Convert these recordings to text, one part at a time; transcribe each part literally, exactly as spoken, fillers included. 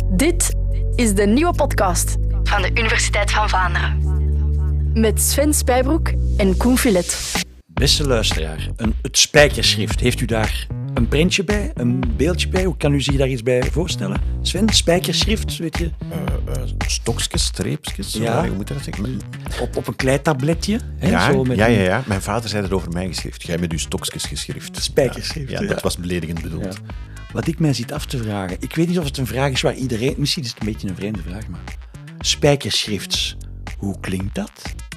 Dit is de nieuwe podcast van de Universiteit van Vlaanderen. Met Sven Spijbroek en Koen Filet. Beste luisteraar, een, het spijkerschrift. Heeft u daar een prentje bij, een beeldje bij? Hoe kan u zich daar iets bij voorstellen? Sven, spijkerschrift, weet je? Uh, uh, stokjes, streepjes, ja. Hoe moet je dat zeggen? Op, op een kleitabletje. Hè? Ja, Zo met ja, ja, een... ja. Mijn vader zei dat over mij geschrift. Jij met uw stokjes geschrift. Spijkerschrift. Ja, ja, dat ja. was beledigend bedoeld. Ja. Wat ik mij zit af te vragen, ik weet niet of het een vraag is waar iedereen... Misschien is het een beetje een vreemde vraag, maar... Spijkerschrifts, hoe klinkt dat?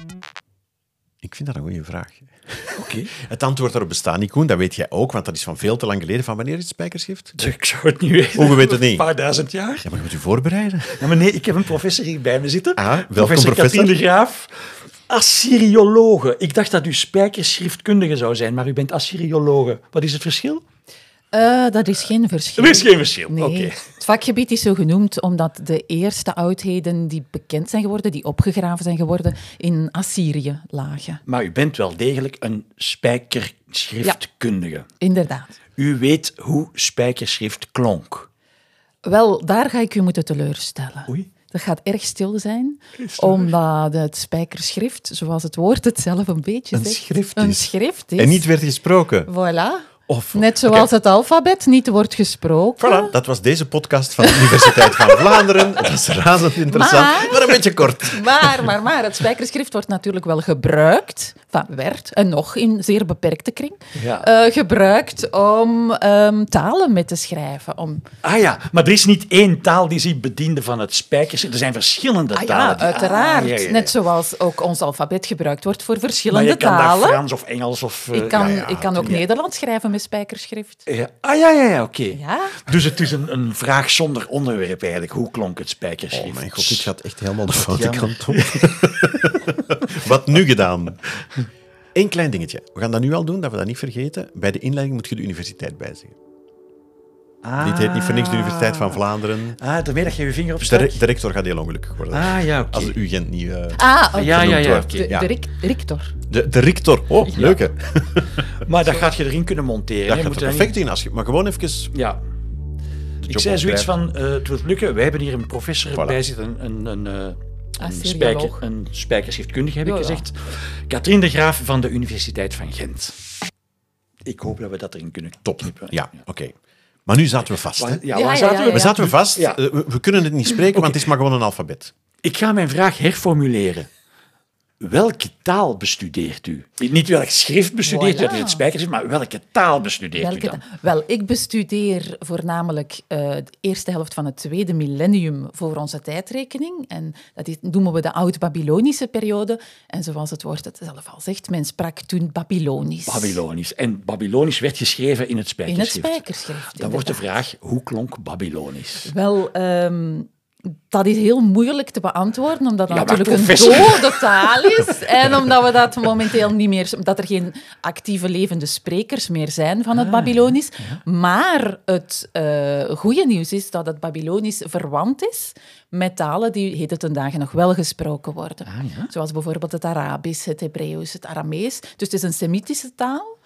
Ik vind dat een goede vraag. Okay. Het antwoord daarop bestaat niet, Koen, dat weet jij ook, want dat is van veel te lang geleden. Van wanneer is het spijkerschrift? Ik zou het niet weten. Hoe, je weet het niet? Een paar duizend jaar. Ja, maar je moet u voorbereiden. Ja, maar nee, ik heb een professor hier bij me zitten. Ah, welkom professor professor. Katrien de Graaf. Assyriologe. Ik dacht dat u spijkerschriftkundige zou zijn, maar u bent Assyriologe. Wat is het verschil? Uh, dat is geen verschil. Er is geen verschil, nee. oké. Het vakgebied is zo genoemd omdat de eerste oudheden die bekend zijn geworden, die opgegraven zijn geworden, in Assyrië lagen. Maar u bent wel degelijk een spijkerschriftkundige. Ja, inderdaad. U weet hoe spijkerschrift klonk. Wel, daar ga ik u moeten teleurstellen. Oei. Dat gaat erg stil zijn, omdat het spijkerschrift, zoals het woord het zelf een beetje een zegt, schrift een is. schrift is. En niet werd gesproken. Voilà. Of, Net zoals okay. het alfabet niet wordt gesproken. Voilà, dat was deze podcast van de Universiteit van Vlaanderen. Het was razend interessant, maar, maar een beetje kort. Maar, maar, maar, het spijkerschrift wordt natuurlijk wel gebruikt, van werd, en nog in zeer beperkte kring, ja. uh, gebruikt om um, talen mee te schrijven. Om... Ah ja, maar er is niet één taal die zich bediende van het spijkerschrift. Er zijn verschillende ah, talen. Ja, die... uiteraard. Ah, ja, ja, ja. Net zoals ook ons alfabet gebruikt wordt voor verschillende maar je kan talen. daar Frans of Engels of... Uh, ik kan, ja, ja, ik kan ook ja. Nederlands schrijven met spijkerschrift. Ja. Ah ja, ja, ja, oké. Okay. Ja? Dus het is een, een vraag zonder onderwerp eigenlijk. Hoe klonk het spijkerschrift? Oh mijn god, dit gaat echt helemaal de foute jammer. kant op. Wat nu gedaan? Eén klein dingetje. We gaan dat nu al doen, dat we dat niet vergeten. Bij de inleiding moet je de universiteit bijzeggen. Ah. Dit heet niet voor niks de Universiteit van Vlaanderen. Ah, daarmee dat je je vinger op De, staat? re- de rector gaat heel ongelukkig worden. Ah, ja, oké. Als de U Gent niet uh, Ah, okay. ja, ja, ja, wordt. oké. De, Ja. de rik- rector. De, de rector. Oh, Ja. leuk hè. Maar dat gaat je erin kunnen monteren. Dat hè? gaat Moet er dat perfect niet- in. Als je, maar gewoon even... Ja. de Ik job zei zoiets opschrijven. van, uh, het wordt lukken. Wij hebben hier een professor Voilà. bij zitten, een, een, een, een, Assyrioloog. spijker, een spijkerschriftkundige, heb Ja, ik ja. gezegd. Katrien de Graaf van de Universiteit van Gent. Ik hoop dat we dat erin kunnen Top. knippen. Ja, oké. Okay. Maar nu zaten we vast. Hè? Ja, Ja, waar ja, zaten ja, we? ja. We zaten we vast. Ja. Uh, we, we kunnen het niet spreken, okay. want het is maar gewoon een alfabet. Ik ga mijn vraag herformuleren. Welke taal bestudeert u? Niet welk schrift bestudeert u, Voilà. dat het spijkerschrift, maar welke taal bestudeert Welke u dan? ta- Wel, ik bestudeer voornamelijk uh, de eerste helft van het tweede millennium voor onze tijdrekening. En dat is, noemen we de Oud-Babylonische periode. En zoals het woord het zelf al zegt, men sprak toen Babylonisch. Babylonisch. En Babylonisch werd geschreven in het In spijkerschrift. het spijkerschrift. Dan wordt de inderdaad. vraag, hoe klonk Babylonisch? Wel, um, dat is heel moeilijk te beantwoorden, omdat dat Ja, maar natuurlijk professor. een dode taal is. En omdat we dat momenteel niet meer... Dat er geen actieve levende sprekers meer zijn van het Ah, Babylonisch. ja. Maar het uh, goede nieuws is dat het Babylonisch verwant is met talen die heden ten dagen nog wel gesproken worden. Ah, ja? Zoals bijvoorbeeld het Arabisch, het Hebreeuws, het Aramees. Dus het is een Semitische taal.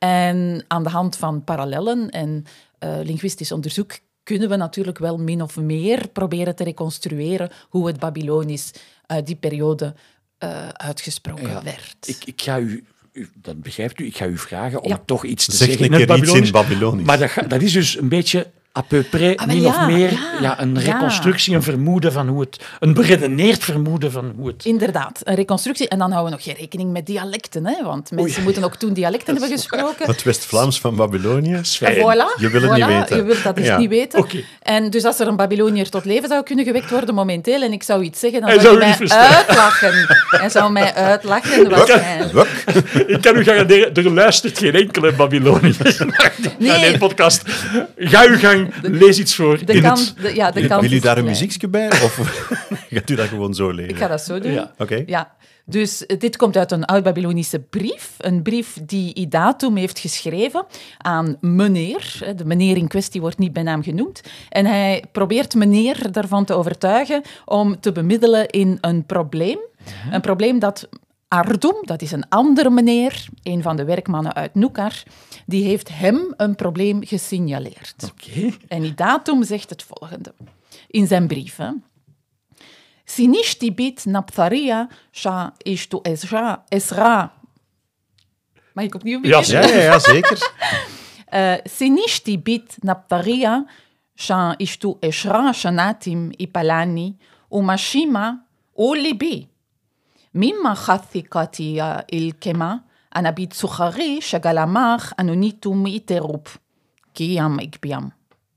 En aan de hand van parallellen en uh, linguïstisch onderzoek kunnen we natuurlijk wel min of meer proberen te reconstrueren hoe het Babylonisch uit die periode uh, uitgesproken Ja. werd. Ik, ik ga u, u, dat begrijpt u, ik ga u vragen om Ja. toch iets te Zeg zeggen een in het keer iets Babylonisch. in Babylonisch. Maar dat, ga- dat is dus een beetje à peu près, Ah, maar min ja, of meer, ja, ja, een ja. reconstructie, een vermoeden van hoe het... Een beredeneerd vermoeden van hoe het... Inderdaad, een reconstructie. En dan houden we nog geen rekening met dialecten, hè? Want mensen Oei. moeten ook toen dialecten hebben gesproken. Het West-Vlaams van Babylonië. En Fijn. voilà, Je wil het voilà, niet weten. Je wilt dat dus Ja. niet weten. Oké. En dus als er een Babyloniër tot leven zou kunnen gewekt worden momenteel en ik zou iets zeggen, dan Hij zou zou hij u mij niet verstaan. uitlachen. Hij zou mij uitlachen. waarschijnlijk. Wuk. Ik kan u garanderen, er luistert geen enkele Babyloniër naar die- Nee. naar deze podcast. Ga uw gang, lees iets voor. De in kans, het... de, ja, de Wil, kans wil u is daar een klein. muziekje bij? Of gaat u dat gewoon zo lezen? Ik ga dat zo doen. Ja. Oké. Ja. Dus eh, dit komt uit een oud-Babylonische brief. Een brief die Idatum heeft geschreven aan meneer. Eh, De meneer in kwestie wordt niet bij naam genoemd. En hij probeert meneer daarvan te overtuigen om te bemiddelen in een probleem. Een probleem dat Ardum, dat is een andere meneer, een van de werkmannen uit Nukar, die heeft hem een probleem gesignaleerd. Oké. Okay. En Idatum zegt het volgende in zijn brief. Hè. Sinishtibit naptharia sha ishtu esra esra. Mag ik opnieuw beginnen? Ja, ja, ja, zeker. Sinishtibit naptharia sha ishtu esra shanatim ipalani umashima olibi. Mimma chathikatia ilkema anabit suchari shagalamach anonitum iterup. Kiam ikbiam.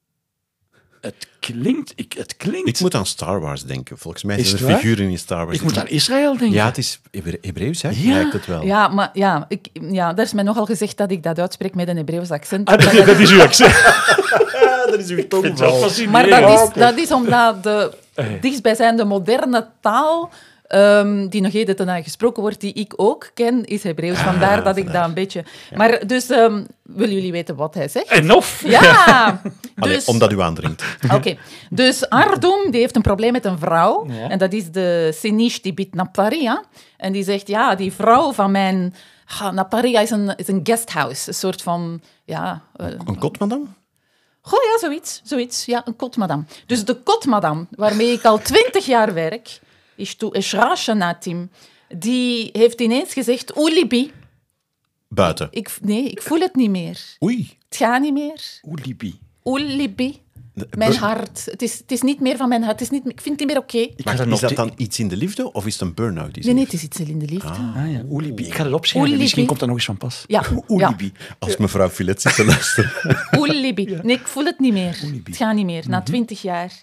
Het klinkt... Ik, het klinkt... Ik moet aan Star Wars denken. Volgens mij Is zijn er het waar? figuren in Star Wars. Ik moet aan Israël denken. Ja, het is Hebre- Hebreeuws, hè? Ja. Lijkt het wel. Ja, maar ja, ik, ja, daar is mij nogal gezegd dat ik dat uitspreek met een Hebreeuws accent. Ah, dat, dat is uw accent. Ja, dat is uw tongval. Maar dat is, dat is omdat de dichtstbijzijnde moderne taal, um, die nog heden ten dagen gesproken wordt, die ik ook ken, is Hebreeuws. Vandaar Ah, dat ik vandaar. dat een beetje... Maar dus, um, willen jullie weten wat hij zegt? En of? Ja! Allee, Dus, omdat u aandringt. Oké, dus Ardum die heeft een probleem met een vrouw. Ja. En dat is de Sinish Tibit Naparia. En die zegt, ja, die vrouw van mijn... Ah, Naparia is een, is een guesthouse. Een soort van... Ja, uh, Een kot, madame? goh, ja, zoiets. Zoiets, ja, een kotmadam. Dus de kotmadam, waarmee ik al twintig jaar werk, is toe Eshrashanatim, die heeft ineens gezegd, Oulibi. Buiten. Ik, nee, ik voel het niet meer. Oei. Het gaat niet meer. Oulibi. Oulibi. De- Mijn bur- hart. Het is, het is niet meer van mijn hart. Het is niet, ik vind het niet meer oké. Ik ga Maar dat is dat noteren. dan iets in de liefde of is het een burn-out? die ze Nee, nee, heeft? het is iets in de liefde. Ah ja, Oulibi. Ik ga het opschrijven. Oulibi. Misschien komt dat nog eens van pas. Ja, Oulibi. Als mevrouw Filet zit te luisteren. Oulibi. Nee, ik voel het niet meer. Het gaat niet meer, na twintig jaar.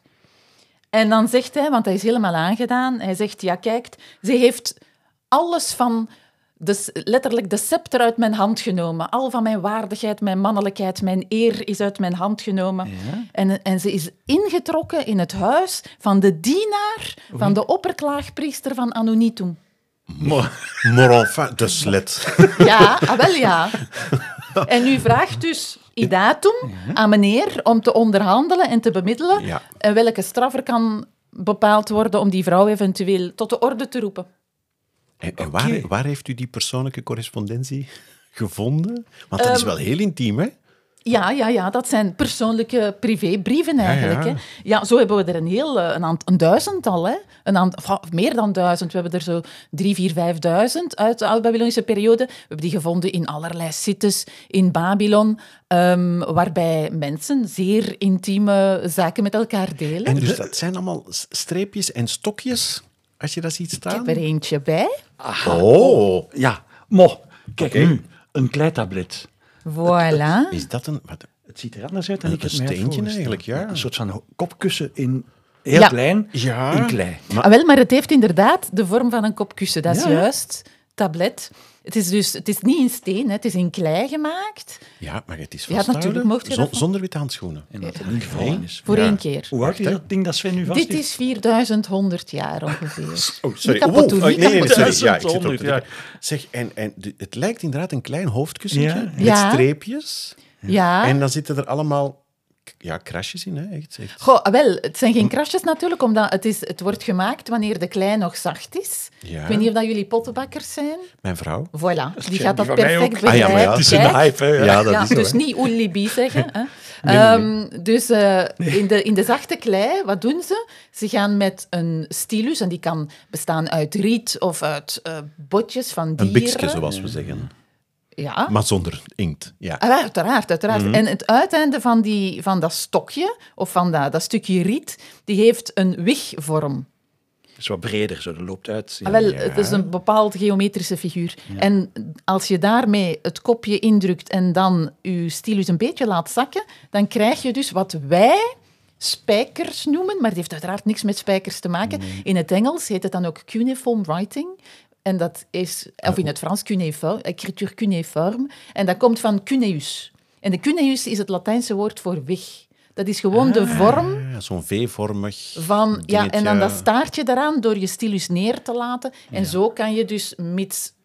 En dan zegt hij, want hij is helemaal aangedaan, hij zegt, ja kijk, ze heeft alles van, de, letterlijk de scepter uit mijn hand genomen. Al van mijn waardigheid, mijn mannelijkheid, mijn eer is uit mijn hand genomen. Ja. En, en ze is ingetrokken in het huis van de dienaar van de opperklaagpriester van Anonitum. Maar, Maar enfin, de slet. Ja, ah, wel ja. En nu vraagt dus Idatum aan meneer om te onderhandelen en te bemiddelen Ja. en welke straf er kan bepaald worden om die vrouw eventueel tot de orde te roepen. En, en Oké. waar, waar heeft u die persoonlijke correspondentie gevonden? Want dat is wel heel intiem, hè? Ja, ja, ja, dat zijn persoonlijke privébrieven eigenlijk. ja. Hè. Ja, zo hebben we er een heel, eh, een, aant- een duizendtal, hè. Een aant- enfin, meer dan duizend. We hebben er zo drie, vier, vijfduizend uit de oud-Babylonische periode. We hebben die gevonden in allerlei sites in Babylon, ehm, waarbij mensen zeer intieme zaken met elkaar delen. En dus dat zijn allemaal s- streepjes en stokjes, als je dat ziet Ik staan? heb er eentje bij. Oh, ja, mo. Kijk Oké. nu. Een kleitablet. Voilà. is dat een... Wat, Het ziet er anders uit dan Een ik het mij had steentje voorgesteld. eigenlijk, ja. Een soort van kopkussen in heel Ja. klein, Ja. in klei. Ah, wel, maar het heeft inderdaad de vorm van een kopkussen. Dat is Ja, ja. juist. Tablet. Het is dus het is niet in steen, hè. Het is in klei gemaakt. ja, maar het is Ja, vasthouden natuurlijk, mocht je zon- dat van- zonder witte handschoenen. En dat het niet gevallen is. Voor Ja. één keer. Hoe oud is dat ding dat Sven nu vast Dit is vierduizendhonderd jaar ongeveer. Oh, Niet kapot doen, Oh, niet nee, nee, kapot sorry. doen. Ja, ik zit op honderd te jaar. denken. Zeg, en, en de- het lijkt inderdaad een klein hoofdkussentje Ja. met Ja. streepjes. Ja. En dan zitten er allemaal k- ja, krasjes in, hè? Echt, echt. Goh, wel, het zijn geen krasjes natuurlijk, omdat het, is, het wordt gemaakt wanneer de klei nog zacht is. Ja. Ik weet niet of dat jullie pottenbakkers zijn. Mijn vrouw. Voilà, die die gaat dat van mij perfect ook. Ah, ja, maar ja, begrijpen. het Het is een Kijk. hype, hè. Ja, dat Ja, is zo, dus hè. niet oelibi zeggen. Hè. nee, Ehm, dus eh, in, de, in de zachte klei, wat doen ze? Ze gaan met een stylus, en die kan bestaan uit riet of uit eh, botjes van dieren. Een bikske, zoals we zeggen. Ja, Maar zonder inkt. Ja. Ah, uiteraard, uiteraard. Mhm. En het uiteinde van, die, van dat stokje, of van dat, dat stukje riet, die heeft een wigvorm. Het is wat breder, zo. Dat loopt uit. Ah, wel, het is een bepaald geometrische figuur. En als je daarmee het kopje indrukt en dan je stylus een beetje laat zakken, dan krijg je dus wat wij spijkers noemen, maar het heeft uiteraard niks met spijkers te maken. In het Engels heet het dan ook cuneiform writing. En dat is, of in het Frans, cuneiform, écriture cuneiforme. En dat komt van cuneus. En de cuneus is het Latijnse woord voor wig. Dat is gewoon de vorm Ja, zo'n V-vormig van... Ja, en dan dat dingetje. staartje eraan door je stylus neer te laten. En zo kan je dus, mits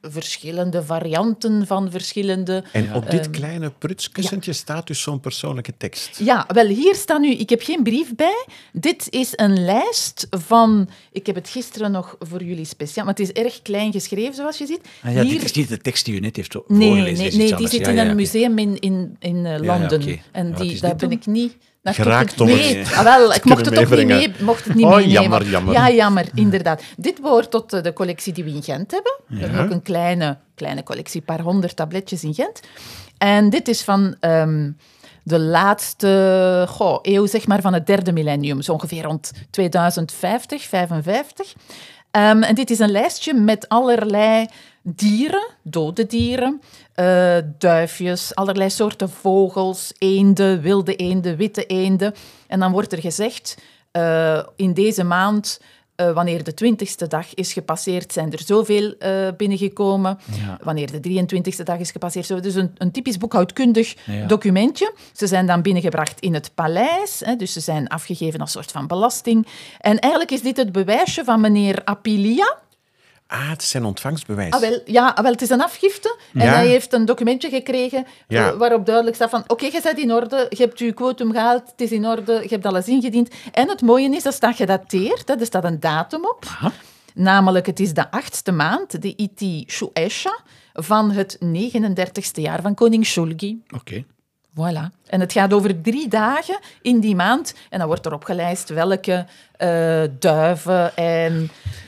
verschillende varianten van verschillende... En op dit um, kleine prutskussentje ja. staat dus zo'n persoonlijke tekst. Ja, wel, hier staat nu... Ik heb geen brief bij. Dit is een lijst van... Ik heb het gisteren nog voor jullie speciaal... Maar het is erg klein geschreven, zoals je ziet. Ah, ja, hier... Dit is niet de tekst die u net heeft nee, voorgelezen. Nee, is nee iets die anders. zit ja, in ja, een okay. museum in, in, in uh, Londen. Ja, ja, okay. En die, daar ben ik niet... Geraakt om nee, het ah, wel, ik mocht het, ook niet mee, mocht het niet oh, meenemen. jammer, jammer. Ja, jammer, inderdaad. Dit behoort tot de collectie die we in Gent hebben. Ja. We hebben ook een kleine, kleine collectie, een paar honderd tabletjes in Gent. En dit is van um, de laatste goh, eeuw, zeg maar, van het derde millennium. Zo ongeveer rond tweeduizend vijftig, vijfenvijftig. Um, en dit is een lijstje met allerlei dieren, dode dieren, uh, duifjes, allerlei soorten vogels, eenden, wilde eenden, witte eenden. En dan wordt er gezegd, uh, in deze maand, uh, wanneer de twintigste dag is gepasseerd, zijn er zoveel uh, binnengekomen. Ja. Wanneer de drieëntwintigste dag is gepasseerd, zo. Dus een, een typisch boekhoudkundig ja. documentje. Ze zijn dan binnengebracht in het paleis, hè, dus ze zijn afgegeven als soort van belasting. En eigenlijk is dit het bewijsje van meneer Apilia. Ah, het is zijn ontvangstbewijs. Ah, wel, ja, ah, wel, het is een afgifte. En ja. hij heeft een documentje gekregen ja. uh, waarop duidelijk staat van oké, okay, je bent in orde, je hebt je quotum gehaald, het is in orde, je hebt alles ingediend. En het mooie is, dat staat gedateerd, hè, er staat een datum op. Aha. Namelijk, het is de achtste maand, de Iti Shueisha, van het negenendertigste jaar van koning Shulgi. Oké. Okay. Voilà. En het gaat over drie dagen in die maand. En dan wordt erop gelijst welke uh, duiven en...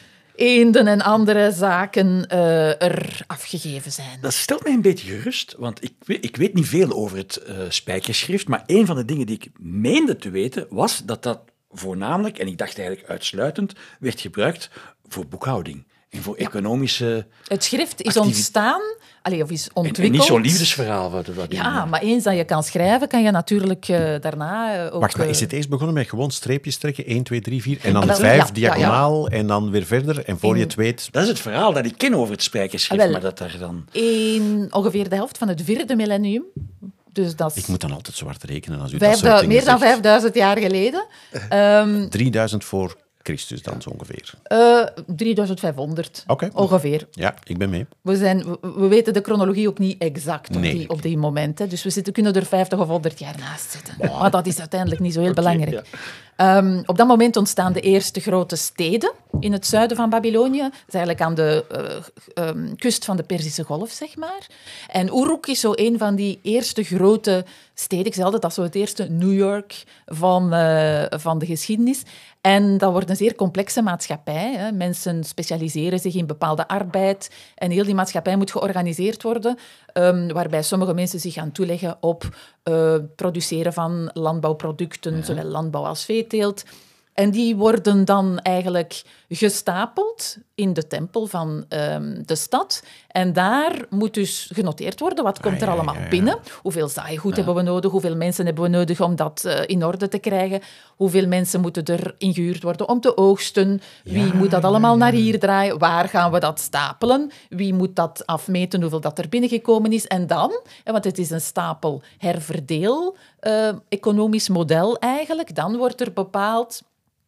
eenden en andere zaken uh, er afgegeven zijn. Dat stelt mij een beetje gerust, want ik, ik weet niet veel over het uh, spijkerschrift, maar een van de dingen die ik meende te weten, was dat dat voornamelijk, en ik dacht eigenlijk uitsluitend, werd gebruikt voor boekhouding en voor ja. economische... Het schrift is ontstaan... Allee, of is ontwikkeld. En, en niet zo'n liefdesverhaal. Wat, wat ja, maar eens dat je kan schrijven, kan je natuurlijk uh, daarna uh, ook... Wacht, maar is het eerst begonnen met gewoon streepjes trekken? één, twee, drie, vier. En dan vijf, ja, diagonaal. Ja, ja. En dan weer verder. En voor in, je het weet... Dat is het verhaal dat ik ken over het spijkerschrift. Wel, maar dat daar dan... in ongeveer de helft van het vierde millennium... Dus dat is ik moet dan altijd zwart rekenen als u vijfduizend, dat soort dingen meer dan zegt. vijfduizend jaar geleden. Um, drieduizend voor Christus dan zo ongeveer? Uh, drieduizend vijfhonderd, okay. ongeveer. Ja, ik ben mee. We, zijn, we, we weten de chronologie ook niet exact op, nee. die, op die momenten. Dus we zitten, kunnen er vijftig of honderd jaar naast zitten. Oh. Maar dat is uiteindelijk niet zo heel okay, belangrijk. Ja. Um, op dat moment ontstaan de eerste grote steden in het zuiden van Babylonië. Dat is eigenlijk aan de uh, um, kust van de Perzische Golf, zeg maar. En Uruk is zo een van die eerste grote steden. Ik zei altijd, dat is zo het eerste New York van, uh, van de geschiedenis. En dat wordt een zeer complexe maatschappij. Hè. Mensen specialiseren zich in bepaalde arbeid en heel die maatschappij moet georganiseerd worden, um, waarbij sommige mensen zich gaan toeleggen op uh, produceren van landbouwproducten, ja. zowel landbouw als veeteelt. En die worden dan eigenlijk gestapeld in de tempel van um, de stad. En daar moet dus genoteerd worden, wat komt ah, ja, er allemaal ja, ja. binnen? Hoeveel zaaigoed ja. hebben we nodig? Hoeveel mensen hebben we nodig om dat uh, in orde te krijgen? Hoeveel mensen moeten er ingehuurd worden om te oogsten? Wie ja, moet dat allemaal ja, ja. naar hier draaien? Waar gaan we dat stapelen? Wie moet dat afmeten, hoeveel dat er binnengekomen is? En dan, want het is een stapel herverdeel, uh, economisch model eigenlijk, dan wordt er bepaald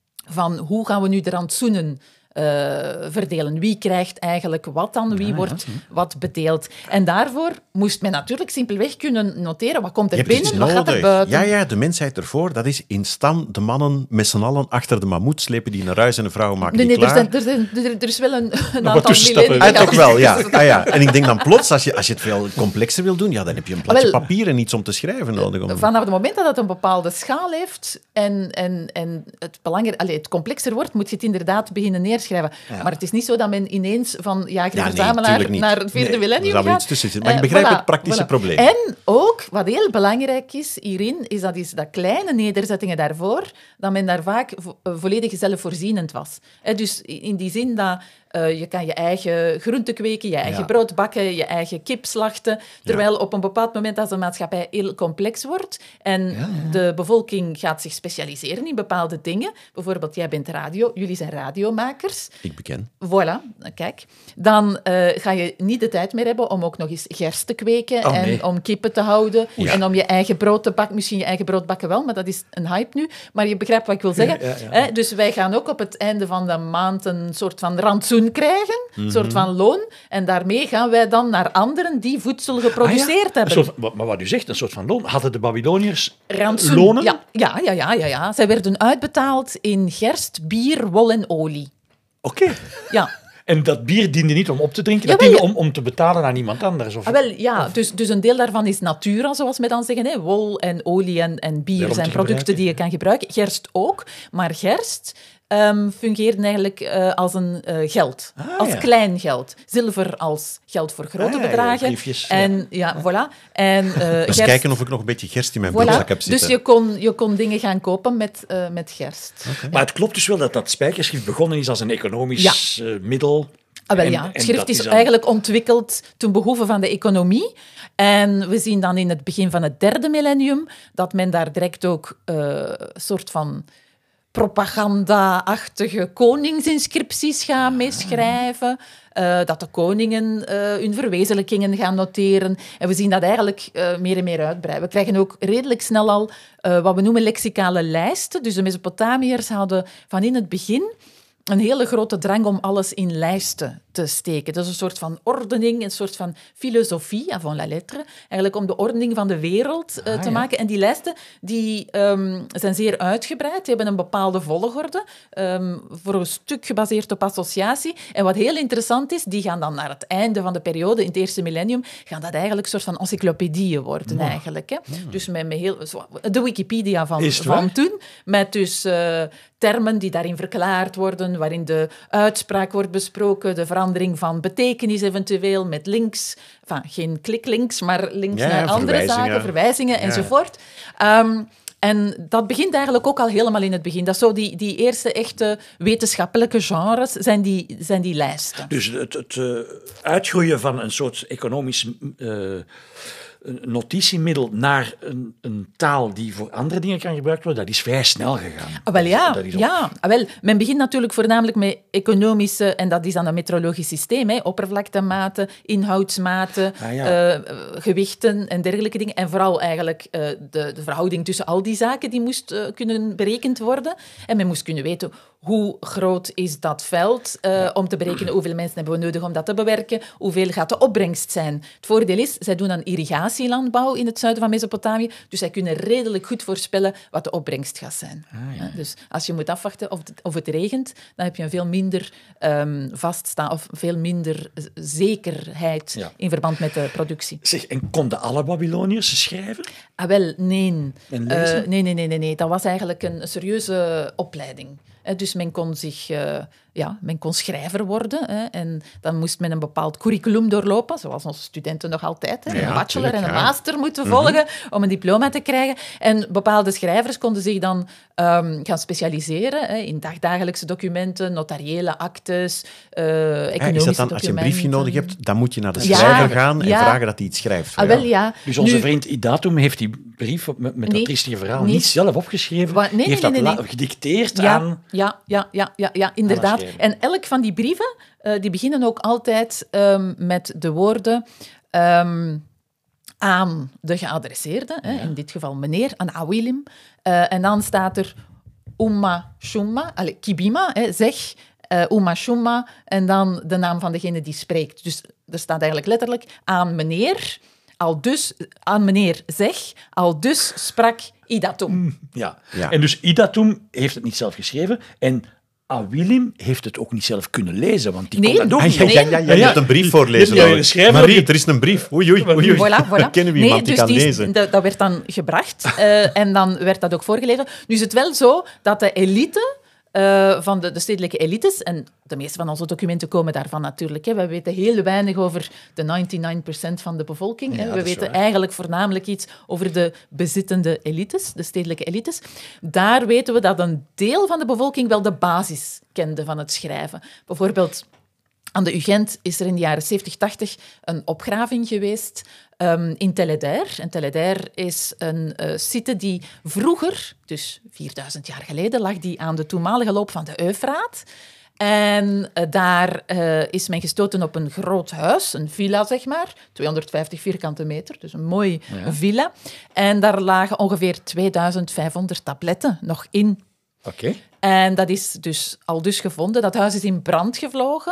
van hoe gaan we nu de rantsoenen uh, verdelen. Wie krijgt eigenlijk wat dan? Wie ja, wordt ja, ja. wat bedeeld? En daarvoor moest men natuurlijk simpelweg kunnen noteren. Wat komt er binnen, wat gaat er buiten? Ja, ja, de mensheid ervoor. Dat is in stam de mannen met z'n allen achter de mammoet slepen die naar huis en de vrouwen maken nee, die nee, klaar. Er, zijn, er, zijn, er is wel een, een aantal millennia. Ah, toch wel, ja. Ah, ja. En ik denk dan plots, als je, als je het veel complexer wil doen, ja, dan heb je een plaatje wel, papier en iets om te schrijven nodig. Om... Vanaf het moment dat het een bepaalde schaal heeft en, en, en het, belanger, allez, het complexer wordt, moet je het inderdaad beginnen neerschrijven. Ja. Maar het is niet zo dat men ineens van jager-verzamelaar ja, nee, naar het vierde nee, millennium gaat. Iets tussen zitten. Maar ik begrijp uh, voilà, het praktische voilà. probleem. En ook, wat heel belangrijk is hierin, is dat, is dat kleine nederzettingen daarvoor, dat men daar vaak vo- volledig zelfvoorzienend was. He, dus in die zin dat uh, je kan je eigen groenten kweken, je eigen ja. brood bakken, je eigen kip slachten, terwijl ja. op een bepaald moment als de maatschappij heel complex wordt en ja, ja. de bevolking gaat zich specialiseren in bepaalde dingen, bijvoorbeeld jij bent radio, jullie zijn radiomakers. Ik beken. Voilà, kijk. Dan uh, ga je niet de tijd meer hebben om ook nog eens gerst te kweken oh, en nee. om kippen te houden ja. en om je eigen brood te bakken. Misschien je eigen brood bakken wel, maar dat is een hype nu. Maar je begrijpt wat ik wil zeggen. Ja, ja, ja. Hè? Dus wij gaan ook op het einde van de maand een soort van rantsoen loon krijgen, een mm-hmm. soort van loon. En daarmee gaan wij dan naar anderen die voedsel geproduceerd ah, ja. hebben. Soort van, maar wat u zegt, een soort van loon. Hadden de Babyloniërs Rantsoen. lonen? Ja, ja, ja, ja, ja, ja. Zij werden uitbetaald in gerst, bier, wol en olie. Oké. Okay. Ja. En dat bier diende niet om op te drinken, dat Jawel, diende om, om te betalen aan iemand anders? Of, ah, wel, ja, of... dus, dus een deel daarvan is natura, zoals we dan zeggen. Hè. Wol en olie en, en bier zijn producten die je kan gebruiken. Gerst ook, maar gerst um, fungeert eigenlijk uh, als een uh, geld. Ah, als ja. klein geld. Zilver als geld voor grote ah, ja, bedragen. Ja, briefjes, en ja, ja, voilà. En, uh, dus gerst... kijken of ik nog een beetje gerst in mijn Voilà. broekzak heb zitten. Dus je kon, je kon dingen gaan kopen met, uh, met gerst. Okay. Maar het klopt dus wel dat dat spijkerschrift begonnen is als een economisch ja. uh, middel. Ah, wel, en, ja. Het schrift is, is dan... eigenlijk ontwikkeld ten behoeve van de economie. En we zien dan in het begin van het derde millennium dat men daar direct ook een uh, soort van propaganda-achtige koningsinscripties gaat mee schrijven. Uh, dat de koningen uh, hun verwezenlijkingen gaan noteren. En we zien dat eigenlijk uh, meer en meer uitbreiden. We krijgen ook redelijk snel al uh, wat we noemen lexicale lijsten. Dus de Mesopotamiërs hadden van in het begin een hele grote drang om alles in lijsten te steken. Dat is een soort van ordening, een soort van filosofie, avant la lettre, eigenlijk om de ordening van de wereld uh, ah, te ja. maken. En die lijsten die, um, zijn zeer uitgebreid, die hebben een bepaalde volgorde, um, voor een stuk gebaseerd op associatie. En wat heel interessant is, die gaan dan naar het einde van de periode, in het eerste millennium, gaan dat eigenlijk een soort van encyclopedieën worden, oh. eigenlijk. Hè. Mm. Dus met, met heel, de Wikipedia van, van toen, met dus uh, termen die daarin verklaard worden, waarin de uitspraak wordt besproken, de verandering van betekenis eventueel, met links, enfin, geen kliklinks, maar links ja, naar andere verwijzingen. zaken, verwijzingen ja. enzovoort. Um, en dat begint eigenlijk ook al helemaal in het begin. Dat is zo die, die eerste echte wetenschappelijke genres, zijn die, zijn die lijsten. Dus het, het uh, uitgroeien van een soort economisch uh, een notitiemiddel naar een, een taal die voor andere dingen kan gebruikt worden, dat is vrij snel gegaan. Ah, wel ja, dat is op... ja. Ah, wel, men begint natuurlijk voornamelijk met economische, en dat is dan een metrologisch systeem, hè, oppervlaktematen, inhoudsmaten, ah, ja. uh, gewichten en dergelijke dingen. En vooral eigenlijk uh, de, de verhouding tussen al die zaken, die moest uh, kunnen berekend worden. En men moest kunnen weten hoe groot is dat veld, uh, ja. om te berekenen hoeveel mensen hebben we nodig om dat te bewerken, hoeveel gaat de opbrengst zijn. Het voordeel is, zij doen aan irrigatielandbouw in het zuiden van Mesopotamië, dus zij kunnen redelijk goed voorspellen wat de opbrengst gaat zijn. Ah, ja. uh, dus als je moet afwachten of het, of het regent, dan heb je een veel minder um, vaststaan of veel minder zekerheid ja. in verband met de productie. Zeg, en konden alle Babyloniërs schrijven? Ah, wel, nee. En lezen? Uh, nee, nee, nee, nee, nee. Dat was eigenlijk een serieuze opleiding. Dus men kon, zich, uh, ja, men kon schrijver worden. Hè, en dan moest men een bepaald curriculum doorlopen, zoals onze studenten nog altijd. Hè, ja, een bachelor tuurlijk, en een ja. master moeten mm-hmm. volgen om een diploma te krijgen. En bepaalde schrijvers konden zich dan um, gaan specialiseren hè, in dagdagelijkse documenten, notariële actes, uh, economische ja, is dat dan, documenten. als je een briefje nodig hebt, dan moet je naar de ja, schrijver gaan en ja. vragen dat hij iets schrijft voor ah, wel, ja. Dus onze nu, vriend Idatum heeft die brief met, met nee, dat triestige verhaal nee. niet zelf opgeschreven. Wa- nee, die heeft nee, nee, dat nee, la- gedicteerd ja, aan... Ja, ja, ja, ja, ja inderdaad. En elk van die brieven, uh, die beginnen ook altijd um, met de woorden um, aan de geadresseerde, ja. hè, in dit geval meneer, aan Awilim. Uh, en dan staat er Umma Shumma, allez, Kibima, hè, zeg, uh, Umma Shumma, en dan de naam van degene die spreekt. Dus er staat eigenlijk letterlijk aan meneer... Al dus, aan meneer zeg, al dus sprak Idatum. Ja. ja. En dus Idatum heeft het niet zelf geschreven en Awilim heeft het ook niet zelf kunnen lezen, want die nee. kon dat ook ah, niet. ja, ja, ja, ja, je hebt een brief voorlezen. Ja, ja, schrijver, Marie, je... er is een brief. Oei, oei, oei. oei. Voilà, voilà. Kennen we nee, iemand die dus kan die, lezen? Dat, dat werd dan gebracht uh, en dan werd dat ook voorgelezen. Nu is het wel zo dat de elite... Uh, van de, de stedelijke elites, en de meeste van onze documenten komen daarvan natuurlijk. Hè. We weten heel weinig over de negenennegentig procent van de bevolking. Hè. Ja, we weten waar. eigenlijk voornamelijk iets over de bezittende elites, de stedelijke elites. Daar weten we dat een deel van de bevolking wel de basis kende van het schrijven. Bijvoorbeeld... Aan de U Gent is er in de jaren zeventig, tachtig een opgraving geweest um, in Tel Eder. En Tel Eder is een uh, site die vroeger, dus vierduizend jaar geleden, lag die aan de toenmalige loop van de Eufraat. En uh, daar uh, is men gestoten op een groot huis, een villa zeg maar, tweehonderdvijftig vierkante meter, dus een mooi ja. villa. En daar lagen ongeveer tweeduizend vijfhonderd tabletten nog in. Oké. Okay. En dat is dus al dus gevonden. Dat huis is in brand gevlogen.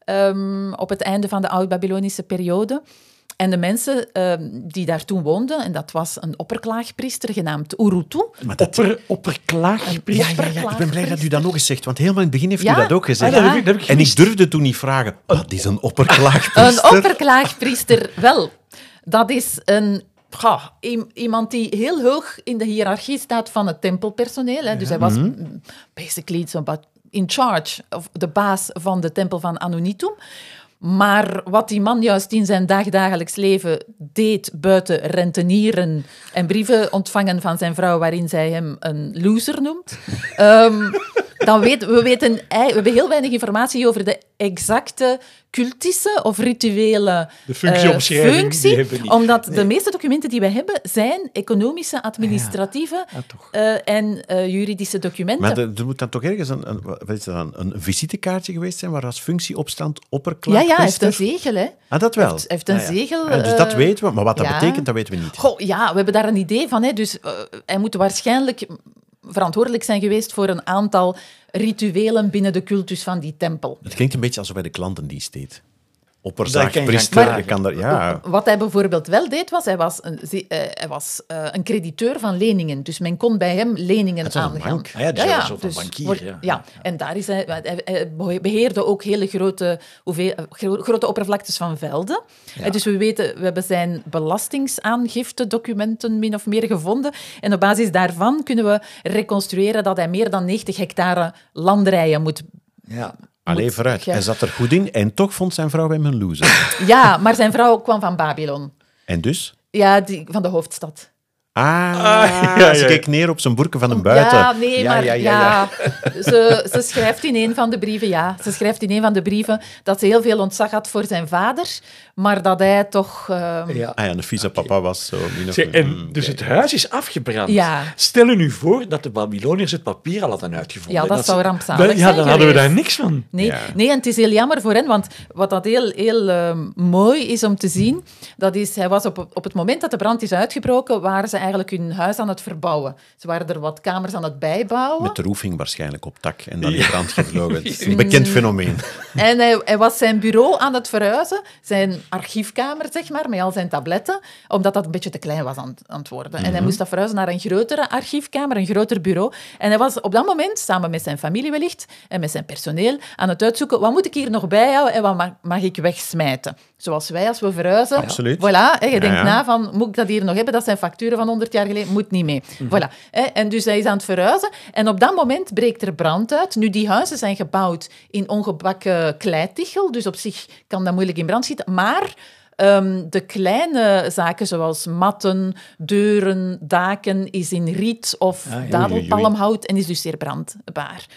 um, op het einde van de Oud-Babylonische periode. En de mensen uh, die daar toen woonden, en dat was een opperklaagpriester genaamd Urutu. Maar dat... Opper, opperklaagpriester. Ja, ja, ja, ik ben blij dat u dat nog eens zegt, want helemaal in het begin heeft ja? u dat ook gezegd. Ah, dat heb ik, dat heb ik en ik gemist. durfde toen niet vragen, wat is een opperklaagpriester? Een opperklaagpriester, wel. Dat is een... Goh, iemand die heel hoog in de hiërarchie staat van het tempelpersoneel. Hè. Dus hij was mm-hmm. basically so in charge, of de baas van de tempel van Anunitum. Maar wat die man juist in zijn dagdagelijks leven deed, buiten rentenieren en brieven ontvangen van zijn vrouw waarin zij hem een loser noemt, um, dan weten we, weten, we hebben heel weinig informatie over de exacte cultische of rituele de functieomschrijving, uh, functie, die hebben we niet. omdat Nee. de meeste documenten die we hebben zijn economische, administratieve ja. Ja, uh, en uh, juridische documenten. Maar er, er moet dan toch ergens een, een, wat is dat dan, een visitekaartje geweest zijn waar als functieopstand ja, opperklaagpriester... ja, hij heeft een zegel, hè. Ah, dat wel. Hij heeft, heeft een Ah, ja. zegel. Ah, dus dat uh, weten we, maar wat dat ja. betekent, dat weten we niet. Goh, ja, we hebben daar een idee van. Hè. Dus uh, hij moet waarschijnlijk verantwoordelijk zijn geweest voor een aantal rituelen binnen de cultus van die tempel. Het klinkt een beetje alsof hij de klantendienst deed. Daar kan je Opperzaakpriester, gaan je kan daar... Ja. Wat hij bijvoorbeeld wel deed, was hij was een, uh, hij was, uh, een crediteur van leningen. Dus men kon bij hem leningen Het was een aangaan. bank. Ah ja, dus hij was een soort van bankier, voor- ja. ja, en daar is hij, hij, hij beheerde ook hele grote, hoeveel, gro- grote oppervlaktes van velden. En dus we weten, we hebben zijn belastingsaangifte-documenten min of meer gevonden. En op basis daarvan kunnen we reconstrueren dat hij meer dan negentig hectare landerijen moet. Ja. Allee, moet- vooruit. ja. Hij zat er goed in en toch vond zijn vrouw hem een loser. Ja, maar zijn vrouw kwam van Babylon. En dus? Ja, die, van de hoofdstad. Ah, ja, ja. ze keek neer op zijn boerken van een buiten. Ja, nee, Ja, maar ja, ja, ja, ja. Ze, ze schrijft in een van de brieven, ja, ze schrijft in een van de brieven dat ze heel veel ontzag had voor zijn vader, maar dat hij toch... ehm, Ja. Ah ja, een vieze papa was zo min of Zeg, meer. en Mm, dus kijk. het huis is afgebrand. Ja. Stel u nu voor dat de Babyloniërs het papier al hadden uitgevonden. Ja, dat ze- zou rampzalig dan- Ja, zijn dan hadden we geweest. daar niks van. Nee, Ja. nee, en het is heel jammer voor hen, want wat dat heel, heel ehm, mooi is om te zien, dat is, hij was op, op het moment dat de brand is uitgebroken, waren ze eigenlijk hun huis aan het verbouwen. Ze waren er wat kamers aan het bijbouwen. Met de roofing waarschijnlijk op tak en dan in brand gevlogen. Het is een bekend fenomeen. En hij, hij was zijn bureau aan het verhuizen, zijn archiefkamer, zeg maar, met al zijn tabletten, omdat dat een beetje te klein was aan, aan het worden. En hij moest dat verhuizen naar een grotere archiefkamer, een groter bureau. En hij was op dat moment, samen met zijn familie wellicht, en met zijn personeel, aan het uitzoeken, wat moet ik hier nog bijhouden en wat mag, mag ik wegsmijten? Zoals wij, als we verhuizen. Absoluut. Voilà, hè, je denkt ja. na van, moet ik dat hier nog hebben? Dat zijn facturen van honderd jaar geleden, moet niet mee. Voilà. Hè, en dus hij is aan het verhuizen. En op dat moment breekt er brand uit. Nu, die huizen zijn gebouwd in ongebakken kleitichel, dus op zich kan dat moeilijk in brand schieten. Maar um, de kleine zaken, zoals matten, deuren, daken, is in riet of ja. dadelpalmhout en is dus zeer brandbaar.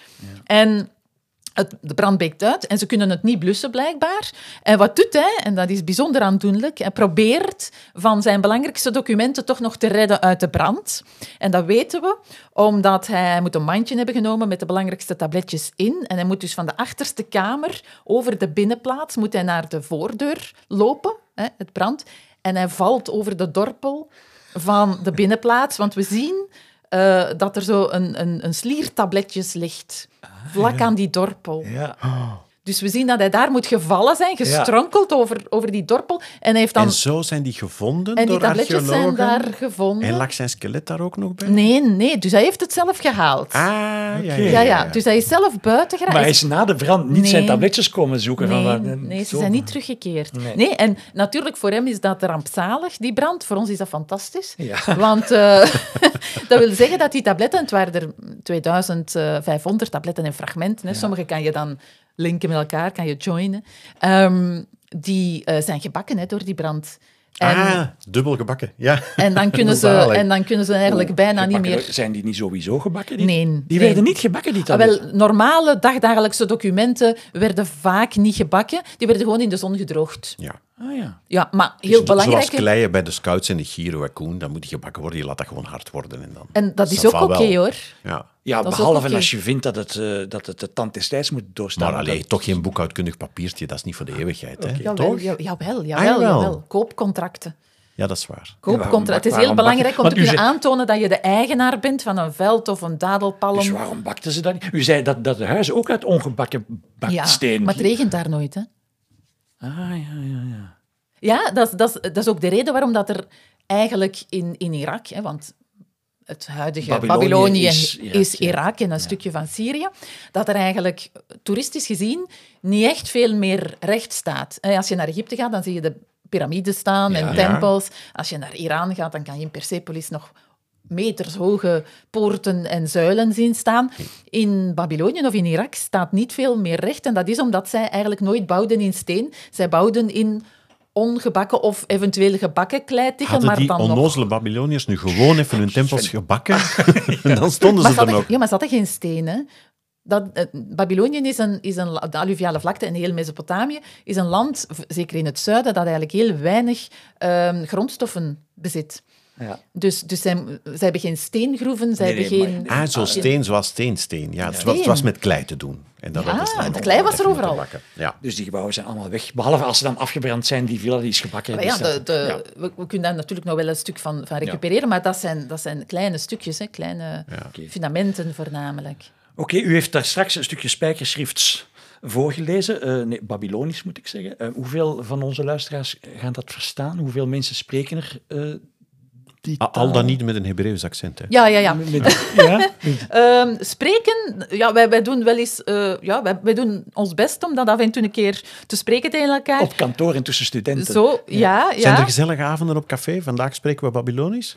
En het, de brand breekt uit en ze kunnen het niet blussen, blijkbaar. En wat doet hij? En dat is bijzonder aandoenlijk. Hij probeert van zijn belangrijkste documenten toch nog te redden uit de brand. En dat weten we, omdat hij, hij moet een mandje hebben genomen met de belangrijkste tabletjes in. En hij moet dus van de achterste kamer over de binnenplaats moet hij naar de voordeur lopen, hè, het brand. En hij valt over de dorpel van de binnenplaats, want we zien uh, dat er zo een, een, een slier tabletjes ligt, vlak aan die dorpel. Ja. Dus we zien dat hij daar moet gevallen zijn, gestronkeld over, over die dorpel. En, hij heeft dan... En zo zijn die gevonden en die door tabletjes archeologen? zijn daar gevonden. En lag zijn skelet daar ook nog bij? Nee, nee, dus hij heeft het zelf gehaald. Ah, ja, ja, Oké. ja, ja, ja, dus hij is zelf buiten geraakt. Maar hij is na de brand niet Nee. zijn tabletjes komen zoeken. Nee, van, wat- nee, ze zo. zijn niet teruggekeerd. Nee. Nee. en natuurlijk voor hem is dat rampzalig, die brand. Voor ons is dat fantastisch. Ja. Want uh, dat wil zeggen dat die tabletten, het waren er tweeduizend vijfhonderd tabletten en fragmenten, hè. Sommige kan je dan linken met elkaar, kan je joinen. Um, die uh, zijn gebakken hè, door die brand. En, ah, dubbel gebakken, ja. en, dan kunnen ze, Zalig. en dan kunnen ze eigenlijk bijna niet Gebakken, meer... Zijn die niet sowieso gebakken? Die, Nee, Die nee. werden niet gebakken, die Ah, tabletten. wel, normale dagdagelijkse documenten werden vaak niet gebakken. Die werden gewoon in de zon gedroogd. ja. Ah ja. Ja, maar heel Dus belangrijk... Zoals kleien bij de scouts en de Giro en Koen, dan moet die gebakken worden. Je laat dat gewoon hard worden. En, dan, En dat is Ça ook va oké, wel. hoor. Ja. Ja, Dat is behalve ook oké. als je vindt dat het, uh, dat het de tand des tijds moet doorstaan. Maar allee, Dat- toch geen boekhoudkundig papiertje, dat is niet voor de eeuwigheid. Hè? Jawel, Toch? ja, jawel, Ah, jawel, jawel. jawel. Koopcontracten. Ja, dat is waar. waarom- Koopcontracten. Het is heel waarom belangrijk bak- om te want u kunnen zei- aantonen dat je de eigenaar bent van een veld of een dadelpalm. Dus waarom bakten ze dat niet? U zei dat, dat de huizen ook uit ongebakken baksteen... Ja, maar het regent daar nooit, hè. Ah, ja, ja, ja. Ja, dat, is- dat, is- dat is ook de reden waarom dat er eigenlijk in, in Irak, hè, want het huidige Babylonië Babylonië is is Irak, Irak, ja. en een stukje van Syrië, dat er eigenlijk toeristisch gezien niet echt veel meer recht staat. Eh, Als je naar Egypte gaat, dan zie je de piramides staan en Ja. tempels. Als je naar Iran gaat, dan kan je in Persepolis nog metershoge poorten en zuilen zien staan. In Babylonië of in Irak staat niet veel meer recht. En dat is omdat zij eigenlijk nooit bouwden in steen. Zij bouwden in ongebakken of eventueel gebakken kleitiggen, Hadden maar die dan nog... onnozele Babyloniërs nu gewoon even hun tempels gebakken? En dan stonden Maar ze ze er hadden, nog. ja, maar ze hadden geen steen, hè. Dat, eh, Babylonië is een, is een... De alluviale vlakte en heel Mesopotamië is een land, v- zeker in het zuiden, dat eigenlijk heel weinig ehm, grondstoffen bezit. Ja. Dus, dus zij, zij hebben geen steengroeven, zij Nee, hebben nee, geen... Ah, zo steen zoals steensteen. Ja, het, was, het Steen. was met klei te doen. En dat Ja, hadden ze dan het nog klei was even er moeten overal. bakken. Ja. Dus die gebouwen zijn allemaal weg. Behalve als ze dan afgebrand zijn, die villa die is gebakken. Maar die ja, de, staat- de, ja. We, we kunnen daar natuurlijk nog wel een stuk van, van recupereren, maar dat zijn, dat zijn kleine stukjes, hè, kleine Oké. fundamenten voornamelijk. Oké, u heeft daar straks een stukje spijkerschrifts voorgelezen. Eh, nee, Babylonisch moet ik zeggen. Eh, hoeveel van onze luisteraars gaan dat verstaan? Hoeveel mensen spreken er eh, die Al taal? dan niet met een Hebreeuws accent. Hè. Ja, ja, ja. Met- ja? Ehm, spreken, ja, wij, wij doen wel eens, eh, ja, wij, wij doen ons best om dat af en toe een keer te spreken tegen elkaar. Op kantoor en tussen studenten. Zo, ja, ja. Zijn er gezellige avonden op café? Vandaag spreken we Babylonisch.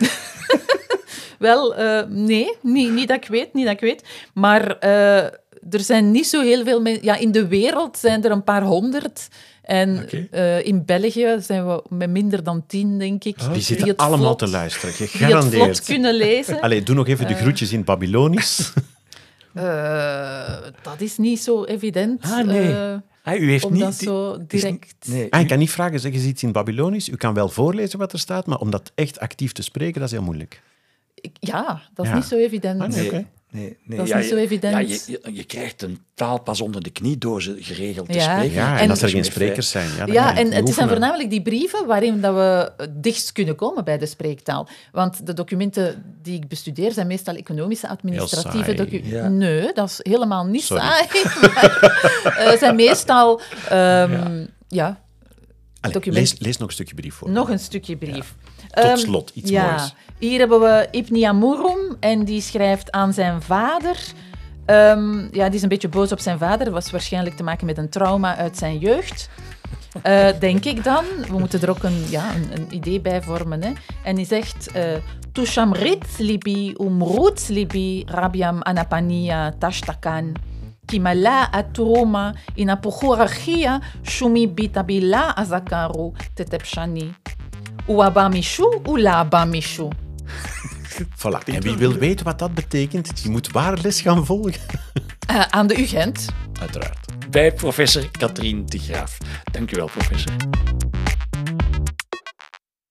Wel, eh, nee, niet, niet dat ik weet, niet dat ik weet. Maar eh, er zijn niet zo heel veel mensen... Ja, in de wereld zijn er een paar honderd. En Oké. eh, in België zijn we met minder dan tien, denk ik. Die zitten het allemaal vlot- te luisteren. Die het Gegarandeerd. vlot kunnen lezen. Allee, doe nog even de groetjes in Babylonisch. Eh, dat is niet zo evident. Ah, nee. eh, Ah, u heeft om niet... dat zo het is niet- direct... Nee, Ah, u- ik kan niet vragen, zeg eens iets in Babylonisch. U kan wel voorlezen wat er staat, maar om dat echt actief te spreken, dat is heel moeilijk. Ik- ja, dat is Ja. niet zo evident. Ah, nee. Nee, Oké. nee, nee. Dat is Ja, niet zo je- evident. Ja, je, je, je krijgt een taal pas onder de knie door ze geregeld te Ja. spreken. Ja, en, En- als er geen Dus sprekers zijn. Ja, dan Ja, kan je en het zijn oefenen. voornamelijk die brieven waarin dat we het dichtst kunnen komen bij de spreektaal. Want de documenten die ik bestudeer zijn meestal economische, administratieve saai. documenten. Ja. Nee, dat is helemaal niet Sorry. saai. Maar, eh, zijn meestal... ehm, ja, Allee, document- lees, lees nog een stukje brief voor. nog een stukje brief. Tot Ehm, slot, iets ja. moois. Hier hebben we Ibn Amurum en die schrijft aan zijn vader. Ehm, ja, die is een beetje boos op zijn vader. Dat was waarschijnlijk te maken met een trauma uit zijn jeugd. Eh, denk ik dan. We moeten er ook een, ja, een, een idee bij vormen. Hè. En die zegt... eh, Tushamrit libi umrut libi rabiam anapania tashtakan. Kimala aturuma inapuchurachia shumi bitabila azakaru tetepshani. Uabamishu ulabamishu. Voilà. En wie wil weten wat dat betekent, die moet waar les gaan volgen. Uh, aan de U Gent. Uiteraard. Bij professor Katrien de Graaf. Dank u wel, professor.